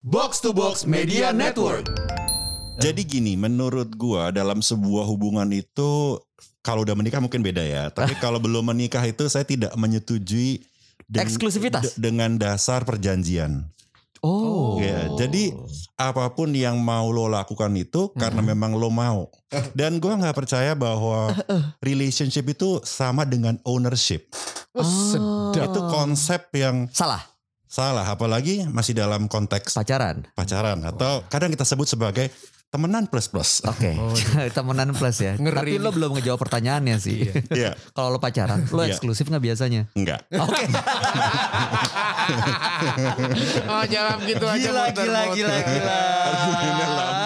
Box to Box Media Network. Jadi gini, menurut gua dalam sebuah hubungan itu kalau udah menikah mungkin beda ya. Tapi kalau belum menikah itu saya tidak menyetujui eksklusivitas dengan dasar perjanjian. Oh. Ya, jadi apapun yang mau lo lakukan itu karena memang lo mau. Dan gua nggak percaya bahwa relationship itu sama dengan ownership. Sedap. Itu konsep yang salah, apalagi masih dalam konteks pacaran atau kadang kita sebut sebagai temenan plus. Oke. Temenan plus ya. Ngeri. Tapi lo belum ngejawab pertanyaannya sih. Iya. Kalau lo pacaran, lo eksklusif nggak biasanya? Enggak. Oke. Oh, jawab gitu aja. Gila. Argumennya lama.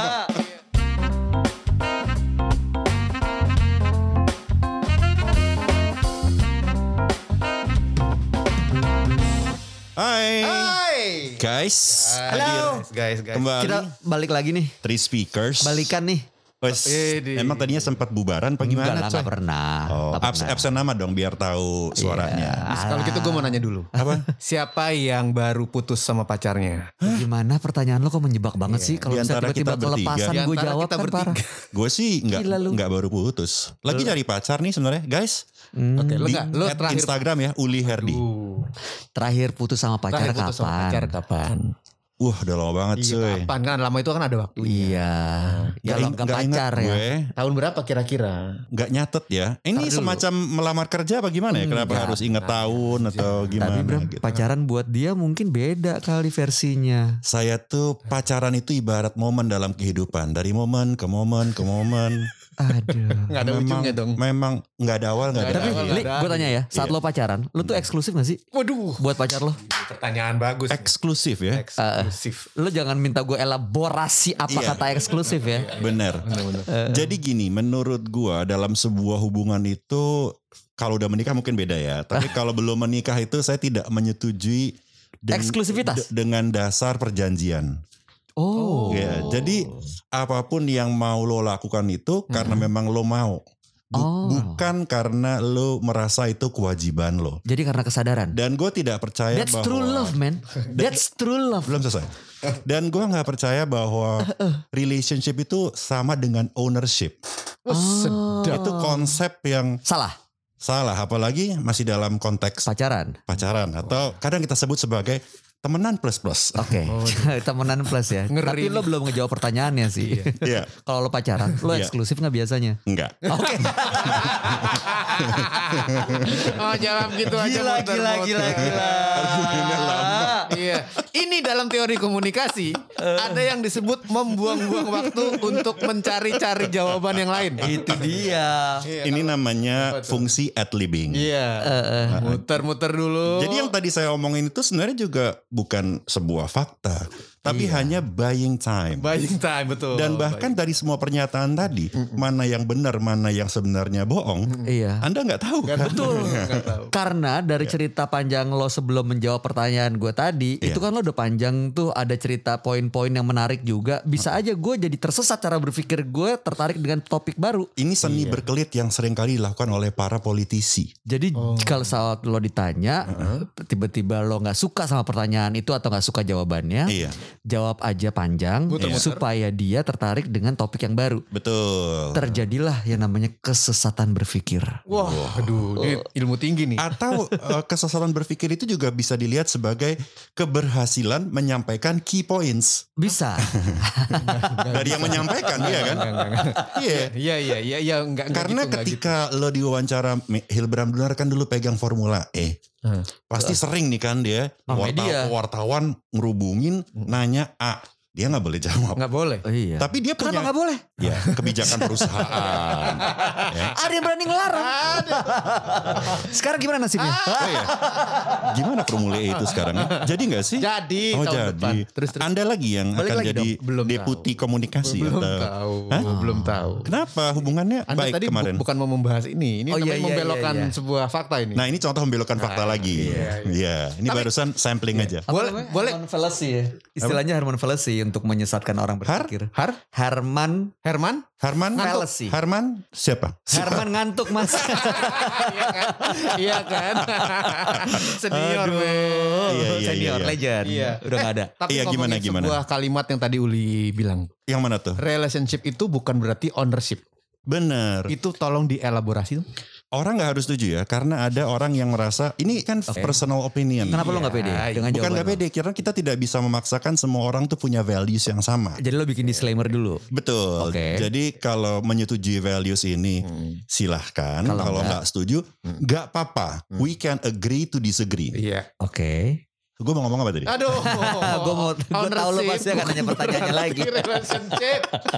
Hai guys, Halo guys. kembali Kita balik lagi nih. Three Speakers. Balikan nih. Wes, emang tadinya sempat bubaran apa gimana? Enggak pernah. Oh, absen nama dong biar tahu suaranya. Kalau gitu gue mau nanya dulu. Apa? Siapa yang baru putus sama pacarnya? Gimana pertanyaan lo kok menjebak banget sih? Kalau Di bisa antara tiba-tiba kita bertiga. kelepasan Di gue antara jawab kita kan parah. Gue sih Gila lu. nggak baru putus. Lagi cari pacar nih sebenarnya, guys. Oke, lo Di nggak? Lo terakhir Instagram ya, Uli Herdi. Terakhir putus sama pacar terakhir putus sama kapan? pacar kapan? Wah, udah lama banget cuy. Iya, kapan kan? Lama itu kan ada waktu. Iya. Kalau nggak pacar ya. Gue Tahun berapa kira-kira? nggak nyatet ya. Ini Ntar dulu. semacam melamar kerja apa gimana ya? Kenapa harus inget tahun atau Tapi gimana Bram, gitu. pacaran buat dia mungkin beda kali versinya. Saya tuh pacaran itu ibarat momen dalam kehidupan. Dari momen ke momen ke momen. Aduh. Nggak ada ujungnya dong. Memang nggak ada awal, nggak ada Tapi akhir. Li, gue tanya ya, saat lo pacaran, lo tuh eksklusif gak sih Waduh. buat pacar lo? Pertanyaan bagus. Eksklusif ya. Eksklusif. Lo jangan minta gue elaborasi apa Iya. kata eksklusif ya. Bener. Jadi gini, menurut gua dalam sebuah hubungan itu kalau udah menikah mungkin beda ya. Tapi kalau belum menikah itu saya tidak menyetujui Eksklusivitas? dengan dasar perjanjian. Oh. Ya, jadi apapun yang mau lo lakukan itu karena memang lo mau. Bukan karena lo merasa itu kewajiban lo. Jadi karena kesadaran. Dan gue tidak percaya That's bahwa true love, man. That's true love. belum selesai. Dan gue nggak percaya bahwa relationship itu sama dengan ownership. Sedap. Itu konsep yang salah, apalagi masih dalam konteks Pacaran. atau kadang kita sebut sebagai temenan plus. Oke. Temenan plus ya. Ngeri. Tapi lo belum ngejawab pertanyaannya sih. Iya, Kalau lo pacaran, lo Iya. eksklusif gak biasanya? enggak. Oke. Oh, jawab gitu aja. Gila. Argumennya lama. Iya. Ini dalam teori komunikasi ada yang disebut membuang-buang waktu untuk mencari-cari jawaban yang lain. Itu dia. Ini namanya fungsi ad-libbing. Iya. Muter-muter dulu. Jadi yang tadi saya omongin itu sebenarnya juga bukan sebuah fakta, tapi hanya buying time. buying time, betul. Dan bahkan dari semua pernyataan tadi, mana yang benar, mana yang sebenarnya bohong, Iya. Anda nggak tahu kan? Betul. Nggak tahu. Karena dari cerita panjang lo sebelum menjawab pertanyaan gue tadi, itu kan lo udah panjang tuh, ada cerita poin-poin yang menarik juga. Bisa aja gue jadi tersesat cara berpikir gue, tertarik dengan topik baru. Ini seni berkelit yang seringkali dilakukan oleh para politisi. Jadi kalau saat lo ditanya, tiba-tiba lo nggak suka sama pertanyaan itu atau nggak suka jawabannya, Iya, jawab aja panjang supaya dia tertarik dengan topik yang baru. betul. Terjadilah yang namanya kesesatan berpikir. Wah, aduh, ini ilmu tinggi nih. Atau kesesatan berpikir itu juga bisa dilihat sebagai keberhasilan menyampaikan key points Bisa. dari yang menyampaikan, iya kan? Iya. Iya, enggak Karena gitu, enggak ketika lo diwawancara Hilbram Dunar kan dulu pegang Formula E. Pasti sering nih kan dia media. wartawan ngerubungin nanya A, dia nggak boleh jawab. Enggak boleh. Oh iya. Tapi dia punya Kenapa nggak boleh? ya kebijakan perusahaan. Ya. Ada yang berani ngelarang. Sekarang gimana nasibnya? Oh iya. Gimana Formula E itu sekarang? Jadi nggak sih? Jadi Oh tahun depan. jadi. Terus. Anda lagi yang Balik akan lagi jadi dong. Belum deputi komunikasi Belum atau? tahu. Hah? Belum tahu. Kenapa hubungannya Anda baik tadi kemarin? bukan mau membahas ini. Ini Oh, namanya iya, membelokkan iya. sebuah fakta ini. Nah ini contoh membelokkan fakta lagi. Iya. Ini barusan sampling aja. Boleh. Herman fallacy ya. Istilahnya Herman fallacy untuk menyesatkan orang berpikir. Herman fallacy. Herman siapa? Herman ngantuk mas. Iya kan? Senior men. Senior legend. Iya. Udah gak ada. Tapi Iya, ngomongin gimana? sebuah kalimat yang tadi Uli bilang. Yang mana tuh? Relationship itu bukan berarti ownership. Bener. Itu tolong dielaborasi tuh. Orang gak harus setuju ya. Karena ada orang yang merasa ini kan personal opinion. Kenapa lo gak pede dengan Bukan jawaban gak pede, karena kita tidak bisa memaksakan semua orang tuh punya values yang sama. Jadi lo bikin disclaimer dulu. Betul. Oke. Jadi kalau menyetujui values ini silahkan. Kalau nggak setuju nggak apa-apa. We can agree to disagree. Iya. Oke. Gue mau ngomong apa tadi? Aduh. Gue tahu lo pasti akan nanya pertanyaannya lagi. Relationship.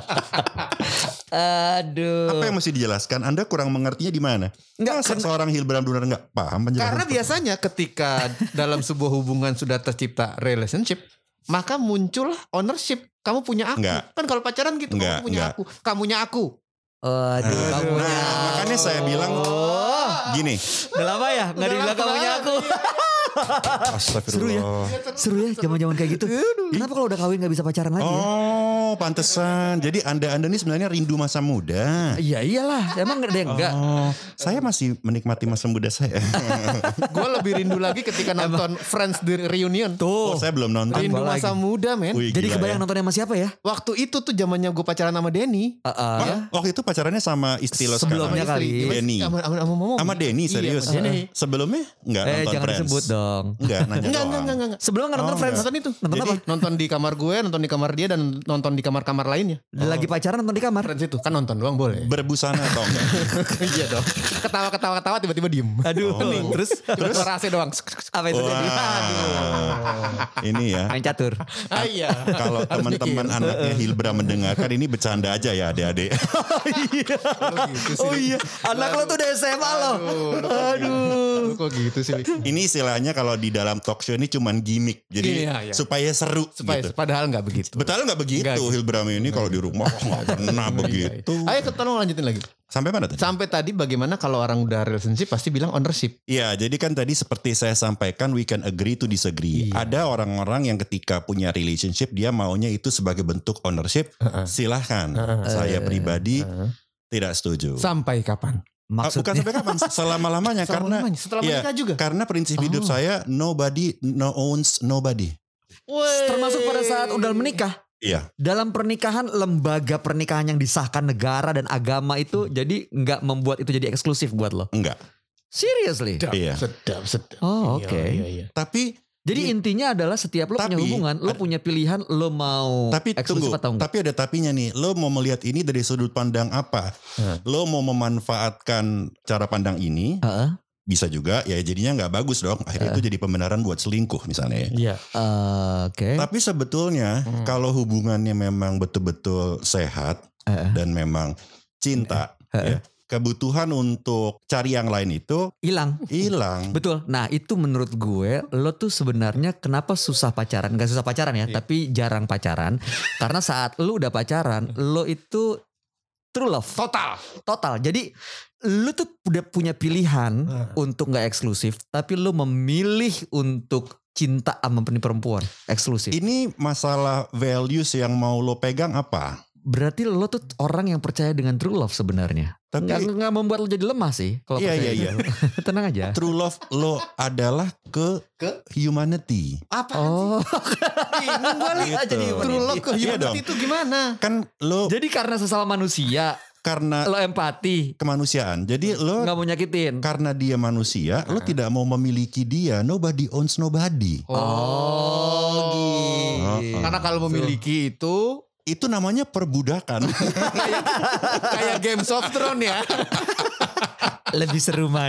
Aduh. Apa yang mesti dijelaskan? Anda kurang mengertinya di mana? Enggak, Seorang Hilbram Dunar nggak paham penjelasan. Karena biasanya ketika dalam sebuah hubungan sudah tercipta relationship, maka muncul ownership. Kamu punya aku. Enggak. Kan kalau pacaran gitu, Enggak, kamu punya enggak. aku. Kamunya aku. Aduh, kamunya. Makanya saya bilang gini. Udah lama ya nggak dibilang kamunya aku. Astagfirullah. Seru ya zaman-zaman kayak gitu. Kenapa kalau udah kawin gak bisa pacaran lagi ya? Oh, pantesan. Jadi Anda ini sebenarnya rindu masa muda. Iya iyalah. Emang ada yang enggak? Oh, saya masih menikmati masa muda saya. Gue lebih rindu lagi ketika nonton Friends The Reunion. Oh, saya belum nonton. Rindu Apa masa lagi? muda men. Wih, Jadi gila kebayang ya. nontonnya sama siapa ya? Waktu itu tuh zamannya gue pacaran sama Denny. Wah, waktu itu pacarannya sama istri lo Sebelumnya sekarang. kali. Denny. Sama Denny serius. Iya, sama Denny. Sebelumnya enggak nonton Jangan Friends. disebut dong. Enggak, nanya doang. Enggak. Sebelum gak nonton Oh, Friends. enggak. Nonton itu. Nonton Jadi, apa? nonton di kamar gue, nonton di kamar dia, dan nonton di kamar-kamar lainnya. Lagi pacaran nonton di kamar. Friends itu kan nonton doang boleh. Berbusana atau enggak? Iya dong. Ketawa tiba-tiba diem. Aduh. Oh. Terus Suara AC doang. apa itu tadi? Ini ya. Main catur. Ah iya. Kalau teman-teman anaknya Hilbra mendengarkan ini bercanda aja ya adik-adik. Oh iya. Anak lo tuh udah SMA lo. Lu kok gitu sih? Ini istilahnya kalau di dalam talk show ini cuman gimmick. Jadi Iya. supaya seru gitu. Padahal nggak begitu. Betul nggak begitu Nggak gitu. Hilbram ini kalau di rumah nggak pernah begitu. Ayo tolong lanjutin lagi. Sampai mana tadi? Sampai tadi bagaimana kalau orang udah relationship pasti bilang ownership. Ya, jadi kan tadi seperti saya sampaikan we can agree to disagree. Ada orang-orang yang ketika punya relationship dia maunya itu sebagai bentuk ownership. Silahkan. Saya pribadi tidak setuju. Sampai kapan? Maksudnya Bukan sampai kapan? Selama-lamanya karena Selama-lamanya. Setelah iya, menikah juga. karena prinsip hidup saya nobody owns nobody. termasuk pada saat udah menikah. Iya. Dalam pernikahan, lembaga pernikahan yang disahkan negara dan agama itu jadi nggak membuat itu jadi eksklusif buat lo. Enggak. Seriously? Iya. Sedap. Oh, oke. Iya. Tapi Jadi intinya adalah setiap lo punya Tapi- hubungan, lo punya pilihan, lo mau Tapi eksklusif tunggu, atau enggak. tapi ada tapinya nih. Lo mau melihat ini dari sudut pandang apa? Lo mau memanfaatkan cara pandang ini, Heeh. bisa juga ya jadinya nggak bagus dong. Akhirnya itu jadi pembenaran buat selingkuh misalnya. Iya. Oke. Tapi sebetulnya kalau hubungannya memang betul-betul sehat dan memang cinta, ya, kebutuhan untuk cari yang lain itu Hilang. hilang. Betul. Nah itu menurut gue lo tuh sebenarnya kenapa susah pacaran? Gak susah pacaran ya, tapi jarang pacaran. Karena saat lo udah pacaran, lo itu true love. Total. Jadi lo tuh udah punya pilihan untuk gak eksklusif. Tapi lo memilih untuk cinta sama perempuan eksklusif. Ini masalah values yang mau lo pegang apa? Berarti lo tuh orang yang percaya dengan true love sebenarnya. Tapi Nggak membuat lo jadi lemah sih. Kalau Iya, percaya iya, gitu. Tenang aja. true love lo adalah ke humanity. Apa? Oh. Bingung gue lihat Gitu. jadi true love ke Iya dong. humanity itu gimana? Kan lo Jadi karena sesama manusia, karena lo empati, kemanusiaan. Jadi lo nggak mau nyakitin. karena dia manusia, lo tidak mau memiliki dia. Nobody owns nobody. Oh, gitu. Karena kalau memiliki Itu namanya perbudakan. kayak Games of Thrones ya. Lebih seru mana?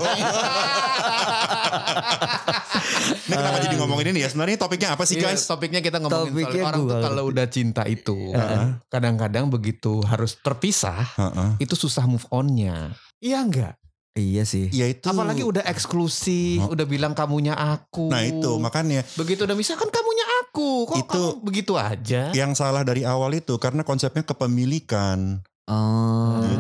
Ini kenapa jadi ngomongin ini ya? Sebenarnya topiknya apa sih Iya, guys? topiknya kita ngomongin Topiknya soal orang tuh gua- kalau udah cinta itu kadang-kadang begitu harus terpisah Heeh. itu susah move on-nya. Iya enggak? Iya sih. Ya itu. Apalagi udah eksklusif, udah bilang kamunya aku. Nah itu makanya Begitu udah bisa kan kamunya aku. Kok Itu- kamu begitu aja? yang salah dari awal itu karena konsepnya kepemilikan. Oh. Gitu.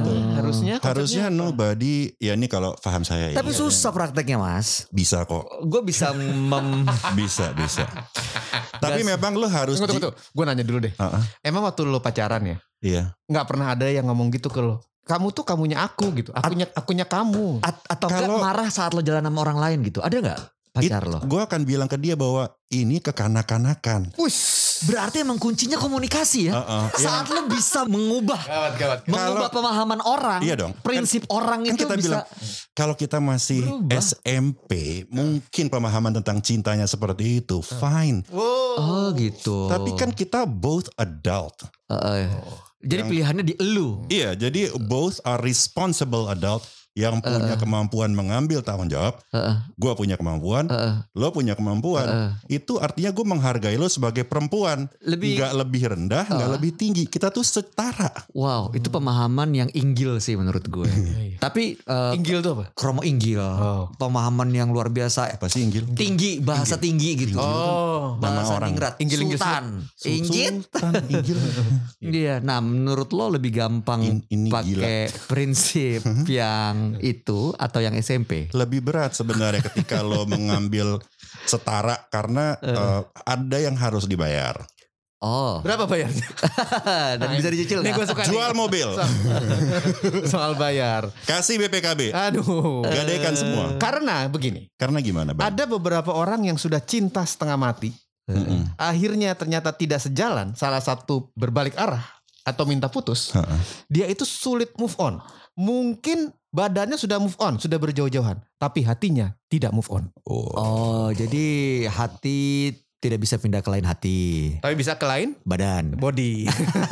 Harusnya Harusnya konsepnya apa? nobody, ya ini kalau paham saya. Tapi ya. susah prakteknya Mas. Bisa kok. Gue bisa Bisa. Tapi memang lo harus Tunggu. Gue nanya dulu deh. Uh-uh. Emang waktu lo pacaran ya, Iya. nggak pernah ada yang ngomong gitu ke lo? Kamu tuh kamunya aku gitu. Akunya kamu. atau enggak marah saat lo jalan sama orang lain gitu. Ada nggak pacar lo? Gue akan bilang ke dia bahwa ini kekanak-kanakan. Berarti emang kuncinya komunikasi ya. Saat lo bisa mengubah pemahaman orang, Iya dong. prinsip orang Kan itu kita bisa bilang kalau kita masih berubah. SMP, mungkin pemahaman tentang cintanya seperti itu, fine. Oh gitu. Tapi kan kita both adult. Jadi pilihannya di elu. Iya, jadi both are responsible adult yang punya kemampuan mengambil tanggung jawab. Gue punya kemampuan, lo punya kemampuan. Itu artinya gue menghargai lo sebagai perempuan. Nggak lebih rendah, nggak lebih tinggi. Kita tuh setara. Wow, itu pemahaman yang inggil sih menurut gue. Tapi Inggil tuh apa? kromo inggil, pemahaman yang luar biasa. Apa sih inggil? Tinggi, bahasa tinggi gitu. Nama Bahasa orang. ningrat. Inggil-inggil Sultan. Inggit. Sultan, inggil. Iya. Nah, menurut lo lebih gampang Ini pakai prinsip yang itu atau yang SMP? Lebih berat sebenarnya ketika lo mengambil setara karena ada yang harus dibayar. Oh. Berapa bayarnya? Dan bisa dicicil Nih nggak? gue suka Jual mobil, soal bayar. kasih BPKB, Aduh. gadaikan semua. Karena begini. Karena gimana, Bang? Ada beberapa orang yang sudah cinta setengah mati. Akhirnya ternyata tidak sejalan. Salah satu berbalik arah atau minta putus. Dia itu sulit move on. Mungkin badannya sudah move on, sudah berjauh-jauhan, tapi hatinya tidak move on. Oh, jadi hati tidak bisa pindah ke lain hati. Tapi bisa ke lain Badan. body.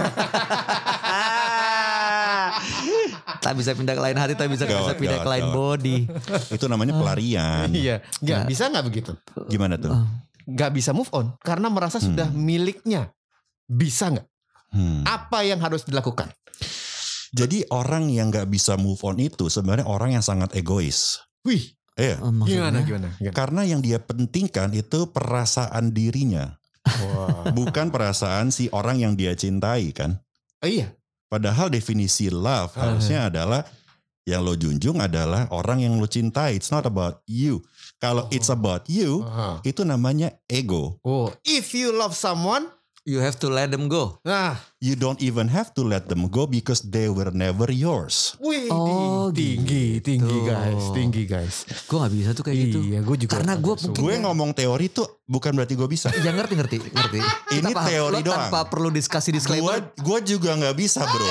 Tak bisa pindah ke lain hati, tapi bisa pindah ke lain body. Itu namanya pelarian. Iya, nggak bisa nggak begitu? Gimana tuh? Nggak bisa move on karena merasa sudah miliknya. Bisa nggak? Apa yang harus dilakukan? Jadi orang yang nggak bisa move on itu sebenarnya orang yang sangat egois. Wih, Iya. gimana? Karena yang dia pentingkan itu perasaan dirinya, bukan perasaan si orang yang dia cintai kan. Iya. Padahal definisi love harusnya adalah yang lo junjung adalah orang yang lo cintai. It's not about you. Kalau it's about you, itu namanya ego. If you love someone, You have to let them go. nah, You don't even have to let them go because they were never yours. wih, Oh, tinggi guys. Gue gak bisa tuh kayak gitu. Iya, gue juga. Karena gue mungkin Gue ngomong teori tuh bukan berarti gue bisa. ya ngerti. Ini Kita paham. teori Lo doang. tanpa perlu discussion disclaimer. Gue juga nggak bisa bro.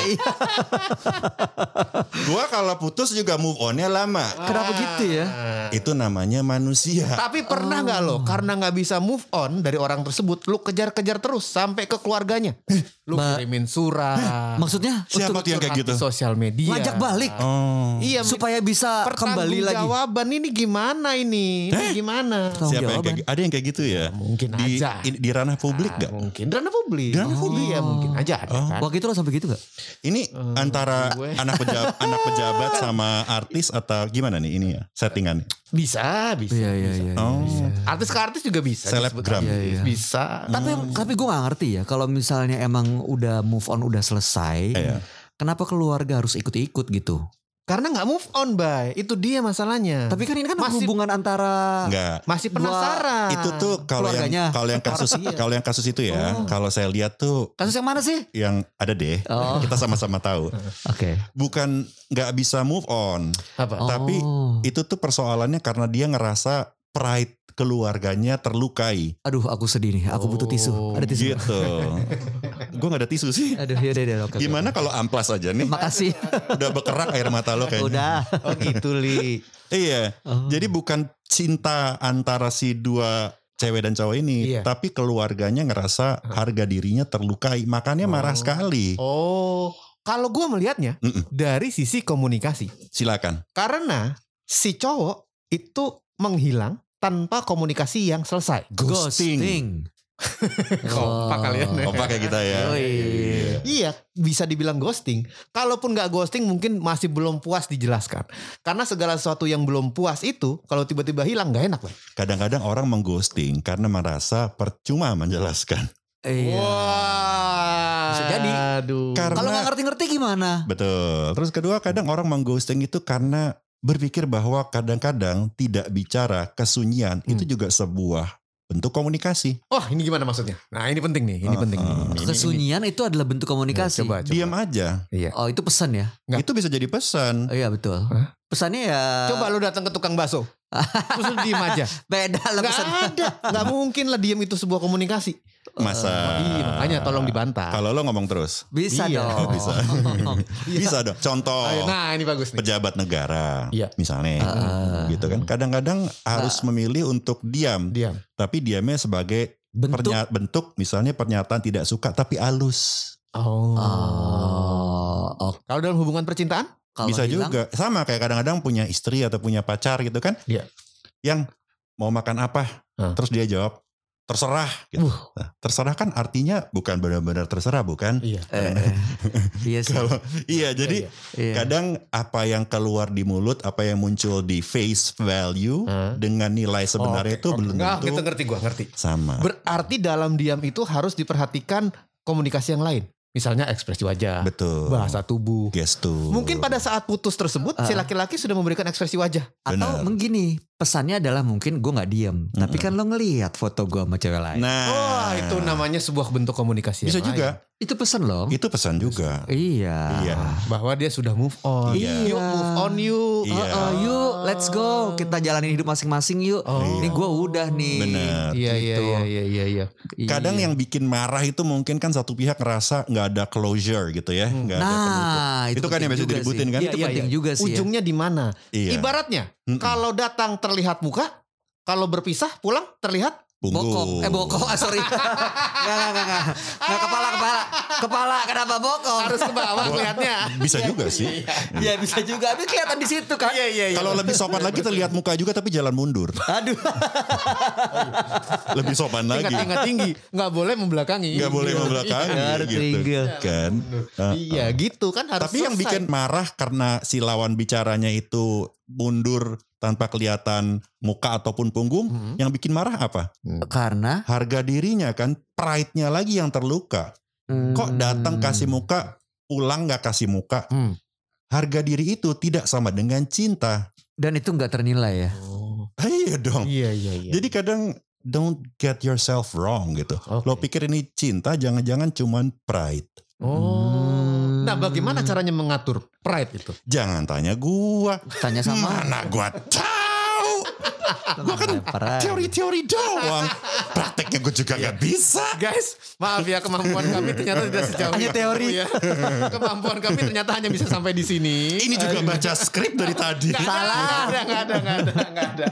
Gue kalau putus juga move onnya lama. Kenapa gitu ya? Itu namanya manusia. Tapi pernah nggak lo karena nggak bisa move on dari orang tersebut, lu kejar-kejar terus sampai ke keluarganya. Lu kirimin surat. Maksudnya Siapa tuh yang kayak gitu? Di sosial media. ngajak balik Iya, supaya bisa kembali lagi. jawaban ini gimana ini? Ini gimana? Siapa yang kayak, ada yang kayak gitu ya? Mungkin aja. Di ranah publik gak? Mungkin ranah publik. Di ranah publik. Iya, mungkin aja ada kan. Waktu itu lo sampai gitu gak? Ini antara anak pejabat sama artis atau gimana nih ini ya settingan? Bisa. Iya. Oh, Artis ke artis juga bisa. selebgram. disebut. Bisa. Tapi gue gak ngerti ya. Kalau misalnya emang udah move on udah selesai. Iya. Kenapa keluarga harus ikut-ikut gitu? Karena nggak move on, Bay. Itu dia masalahnya. Tapi kan ini kan Masih- hubungan antara Enggak. masih penasaran. Itu tuh kalau keluarganya. yang kasus itu ya, kalau saya lihat tuh kasus yang mana sih? yang ada deh, Oh. kita sama-sama tahu. Oke. Bukan nggak bisa move on, apa? tapi itu tuh persoalannya karena dia ngerasa pride keluarganya terlukai. Aduh, aku sedih nih. Aku butuh tisu. Ada tisu? Gitu. Gue gak ada tisu sih. Aduh, yaudah. Oke. Gimana kalau amplas aja nih? Makasih. Udah bekerak air mata lo kayaknya. Udah. Oh gitu, Li. Iya. Jadi bukan cinta antara si dua cewek dan cowok ini, Iya. tapi keluarganya ngerasa harga dirinya terlukai, makanya marah sekali. Oh, kalau gue melihatnya dari sisi komunikasi. Silakan. Karena si cowok itu menghilang tanpa komunikasi yang selesai. Ghosting. Kompak kalian ya. Kompak kayak kita ya. Iya, bisa dibilang ghosting. Kalaupun nggak ghosting mungkin masih belum puas dijelaskan. Karena segala sesuatu yang belum puas itu kalau tiba-tiba hilang nggak enak, Bang. Kadang-kadang orang mengghosting karena merasa percuma menjelaskan. Iya. Wah. Bisa jadi. Aduh. Kalau nggak ngerti-ngerti gimana? Betul. Terus kedua, kadang orang mengghosting itu karena berpikir bahwa kadang-kadang tidak bicara, kesunyian itu juga sebuah bentuk komunikasi. Oh, ini gimana maksudnya? Nah, ini penting nih, ini penting. Ini. Kesunyian itu adalah bentuk komunikasi. Coba. Diam aja. Iya. Oh, itu pesan ya? Nggak. Itu bisa jadi pesan. Oh, iya betul. Pesannya ya. Coba lu datang ke tukang bakso. Terus lu diem aja. Beda lah Nggak pesan. ada. Nggak mungkin lah diem itu sebuah komunikasi. Masa. Iya, makanya tolong dibantah. Kalau lo ngomong terus. Bisa Iya. dong. Bisa. Bisa dong. Contoh. Nah, ini bagus nih. Pejabat negara. Iya. Misalnya. Gitu kan. Kadang-kadang harus memilih untuk diam. Diam. Tapi diamnya sebagai Bentuk. bentuk misalnya pernyataan tidak suka tapi halus. Oh. Oke. Kalau dalam hubungan percintaan? Kalau Bisa hilang, juga. Sama kayak kadang-kadang punya istri atau punya pacar gitu kan. Iya. Yang mau makan apa. Terus dia jawab terserah gitu. Nah, terserah kan artinya bukan benar-benar terserah bukan? Iya. Iya sih. Kalau jadi Iya. kadang apa yang keluar di mulut, apa yang muncul di face value dengan nilai sebenarnya itu belum Nggak, tentu kita ngerti. sama. Berarti dalam diam itu harus diperhatikan komunikasi yang lain. Misalnya ekspresi wajah, Betul. bahasa tubuh. Gestur. Mungkin pada saat putus tersebut si laki-laki sudah memberikan ekspresi wajah. Atau begini, pesannya adalah mungkin gue nggak diem, tapi kan lo ngelihat foto gue sama cewek lain. Nah, Wah, itu namanya sebuah bentuk komunikasi. bisa yang juga. lain. Itu pesan loh. Itu pesan juga. Iya. Iya. Bahwa dia sudah move on. Iya. Yuk move on yuk. Iya. Yuk, let's go. Kita jalanin hidup masing-masing yuk. Ini gue udah nih. Benar. Iya, Gitu. iya. Kadang yang bikin marah itu mungkin kan satu pihak ngerasa nggak ada closure gitu ya, nggak ada penutup. Nah, Itu kan yang biasa penting juga diributin sih. kan? Itu penting juga sih. Ujungnya di mana? Iya. Ibaratnya kalau datang terlihat muka, kalau berpisah pulang terlihat Punggung. Bokok. Sorry. Nggak. Kepala. Kenapa bokok? harus ke bawah kelihatnya. Bisa juga sih. Ya bisa juga. Tapi kelihatan di situ kan. Iya. Kalau lebih sopan lagi terlihat muka juga tapi jalan mundur. Aduh. Lebih sopan lagi. Tingkat tinggi, nggak boleh membelakangi. Nggak boleh membelakangi Harus gitu tinggal. kan. Iya, gitu kan harus. Tapi yang selesai. bikin marah karena si lawan bicaranya itu mundur tanpa kelihatan muka ataupun punggung, yang bikin marah apa? Karena Harga dirinya kan, pride-nya lagi yang terluka. Kok datang kasih muka, pulang nggak kasih muka? Harga diri itu tidak sama dengan cinta. dan itu nggak ternilai ya. Iya dong. Iya. Jadi kadang don't get yourself wrong gitu. Oke. Lo pikir ini cinta, jangan-jangan cuman pride. Nah, bagaimana caranya mengatur pride itu? Jangan tanya gua. Tanya sama Mana gua tahu. Gua kan teori-teori doang. Prakteknya gue juga gak bisa. Guys, maaf ya, kemampuan kami ternyata tidak sejauh Hanya itu teori. ya. Kemampuan kami ternyata hanya bisa sampai di sini. Ini juga baca skrip dari tadi. Salah. Nggak ada.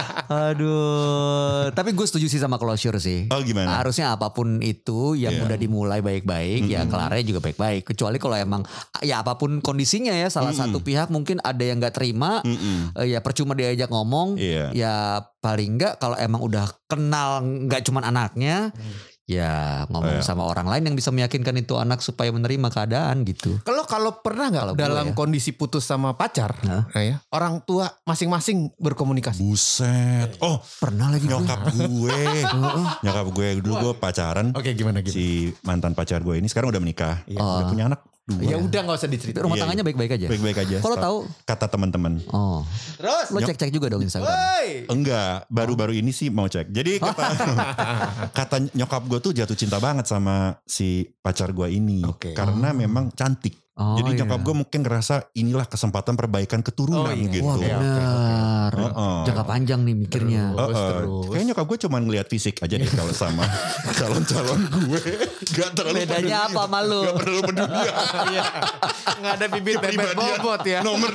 Aduh, tapi gue setuju sih sama closure sih. Oh gimana? Harusnya apapun itu yang Iya. udah dimulai baik-baik, ya kelarnya juga baik-baik. Kecuali kalau emang ya apapun kondisinya ya, salah satu pihak mungkin ada yang nggak terima, ya percuma diajak ngomong. Iya. Ya paling nggak kalau emang udah kenal nggak cuman anaknya, ya ngomong sama orang lain yang bisa meyakinkan itu anak supaya menerima keadaan gitu. Kalau pernah nggak Kalau gue dalam ya. kondisi putus sama pacar, Hah? ya, orang tua masing-masing berkomunikasi. Buset. Oh, Pernah lagi gue. nyokap gue. Nyokap gue dulu gue pacaran. Oke, gimana? Si mantan pacar gue ini sekarang udah menikah. Udah punya anak 2. Ya udah nggak usah diceritain. Rumah tangannya baikbaik aja. Baik-baik aja. Kalau tahu, Kata teman-teman. oh, Terus, lo cek-cek juga dong Instagram. woi. Enggak, baru-baru ini sih mau cek. Jadi kata nyokap gue tuh jatuh cinta banget sama si pacar gue ini. Oke. Karena memang cantik. Oh, Jadi iya. nyokap gue mungkin ngerasa inilah kesempatan perbaikan keturunan Oh, iya. gitu. Wah Oke, benar. Oh. Jangka panjang nih mikirnya. Terus. Kayaknya nyokap gue cuma ngeliat fisik aja deh kalau sama calon-calon gue. Gak terlalu Bedanya apa sama lu? Gak terlalu peduli. Iya. Nggak ada bibit bebek Kepribadian bobot ya. Nomor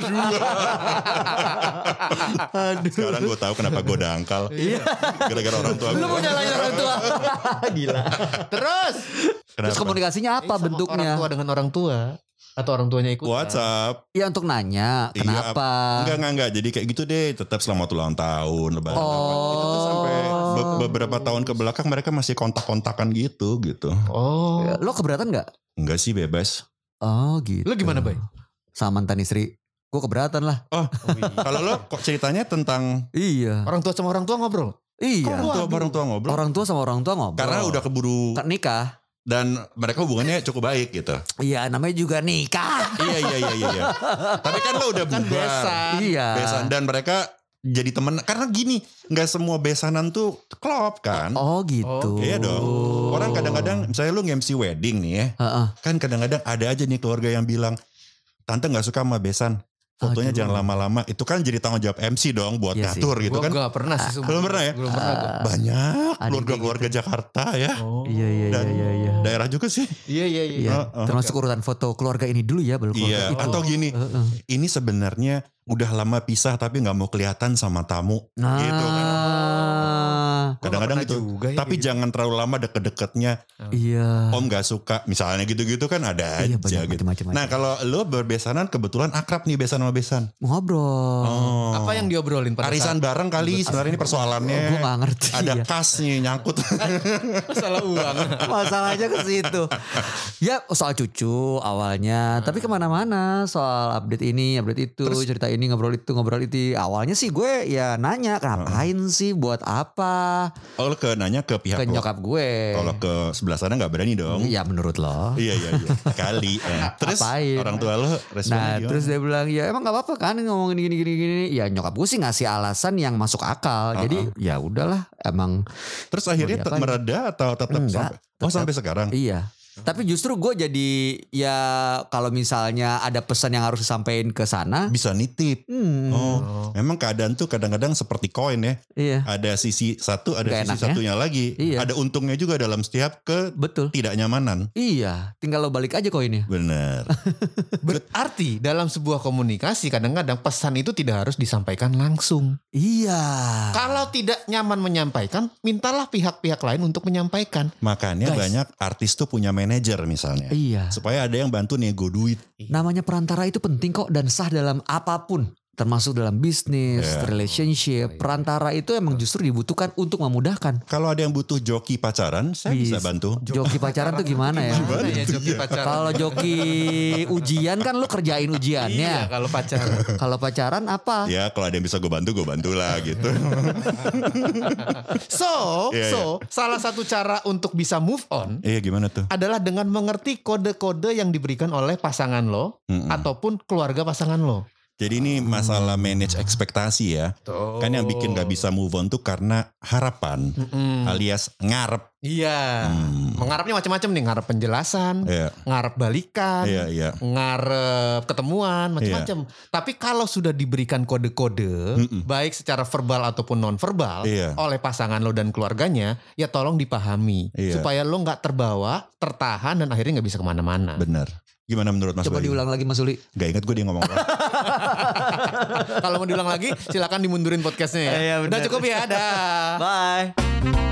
2. Sekarang gue tahu kenapa gue dangkal. Iya. Gara-gara orang tua Lu gue. mau nyalain orang tua. Gila. Terus. Terus komunikasinya apa Sama bentuknya? Orang tua dengan orang tua. Atau orang tuanya ikut. WhatsApp. Ya untuk nanya Iya, kenapa? Enggak. Jadi kayak gitu deh. Tetap selamat ulang tahun. Lebaran apa. Itu tuh sampai beberapa tahun ke belakang mereka masih kontak-kontakan gitu. Oh. Lo keberatan nggak? Enggak sih, bebas. Oh gitu. Lu gimana, Bay? Sama mantan istri? Gue keberatan lah. Oh, kalau lo kok ceritanya tentang Iya. Orang tua sama orang tua ngobrol. Iya. orang tua ngobrol? Orang tua sama orang tua ngobrol. Karena udah keburu Kan nikah. Dan mereka hubungannya cukup baik gitu. Iya, namanya juga nikah. Iya. Tapi kan lo udah bubar. Besan. Iya. Besan. Dan mereka jadi temen. Karena gini, gak semua besanan tuh klop kan. Oh gitu. Iya dong. Orang kadang-kadang, misalnya lu nge-MC wedding nih ya. Kan kadang-kadang ada aja nih keluarga yang bilang, tante gak suka sama besan. Fotonya jangan lama-lama. Itu kan jadi tanggung jawab MC dong buat ngatur gitu kan. Gue gak pernah sih. Belum pernah ya? Belum pernah. Banyak keluarga-keluarga Jakarta ya. Iya. Daerah juga sih. Iya. Termasuk urutan foto keluarga ini dulu ya, baru keluarga itu. Atau gini, ini sebenarnya udah lama pisah tapi nggak mau kelihatan sama tamu, gitu kan. Kadang-kadang gitu. Tapi gitu. jangan terlalu lama deket-deketnya. Iya. Om nggak suka, misalnya gitu-gitu kan ada aja gitu. Macem-macem. Nah kalau lo berbesanan kebetulan akrab nih besan sama besan. Ngobrol. Apa yang diobrolin pada Arisan bareng kali sebenarnya ini persoalannya. Gue gak ngerti. Ada kas nih nyangkut. masalah uang. Masalahnya ke situ. Ya soal cucu awalnya. Tapi kemana-mana soal update ini, update itu. Terus, cerita ini, ngobrol itu. Awalnya sih gue ya nanya ngapain sih, buat apa. Oh lo nanya ke pihak ke nyokap gue. Kalau ke sebelah sana gak berani dong. Ya menurut lo. Iya. Kali. Terus Apain? Orang tua lo responnya gimana? Terus dia bilang ya emang gak apa-apa kan ngomongin gini. Ya nyokap gue sih ngasih alasan yang masuk akal. Jadi ya udahlah emang. Terus akhirnya mereda atau tetap sampai sekarang? Iya. Tapi justru gue jadi ya kalau misalnya ada pesan yang harus disampaikan ke sana. Bisa nitip. Memang keadaan tuh kadang-kadang seperti koin ya. Iya. Ada sisi satu, ada Gak sisi enaknya. satunya lagi. Iya. Ada untungnya juga dalam setiap Betul. tidak nyamanan. Iya. Tinggal lo balik aja koinnya. Benar. Berarti dalam sebuah komunikasi kadang-kadang pesan itu tidak harus disampaikan langsung. Iya. Kalau tidak nyaman menyampaikan, mintalah pihak-pihak lain untuk menyampaikan. Makanya banyak artis tuh punya manajer misalnya. Iya. Supaya ada yang bantu nego duit. Namanya perantara itu penting kok dan sah dalam apapun. Termasuk dalam bisnis, relationship. Perantara itu emang justru dibutuhkan untuk memudahkan. Kalau ada yang butuh joki pacaran, saya bisa bantu. Joki pacaran tuh gimana ya? Gimana ya joki pacaran? Kalau joki ujian kan lu kerjain ujiannya. Iya, kalau pacaran. Kalau pacaran apa? Ya kalau ada yang bisa gue bantu lah gitu. So, salah satu cara untuk bisa move on Gimana tuh? adalah dengan mengerti kode-kode yang diberikan oleh pasangan lo ataupun keluarga pasangan lo. Jadi ini masalah manage ekspektasi ya. Kan yang bikin gak bisa move on tuh karena harapan alias ngarep. Iya. Mengharapnya macam-macam nih, ngarep penjelasan, ngarep balikan, ngarep ketemuan, macam-macam. Tapi kalau sudah diberikan kode-kode, baik secara verbal ataupun non-verbal oleh pasangan lo dan keluarganya, ya tolong dipahami supaya lo nggak terbawa, tertahan dan akhirnya nggak bisa kemana-mana. Benar. Gimana menurut Mas Coba Bayu? diulang lagi Mas Uli. Gak ingat gue dia ngomong apa. Kalau mau diulang lagi silakan dimundurin podcastnya ya. Iya, Udah cukup ya, dah. Bye.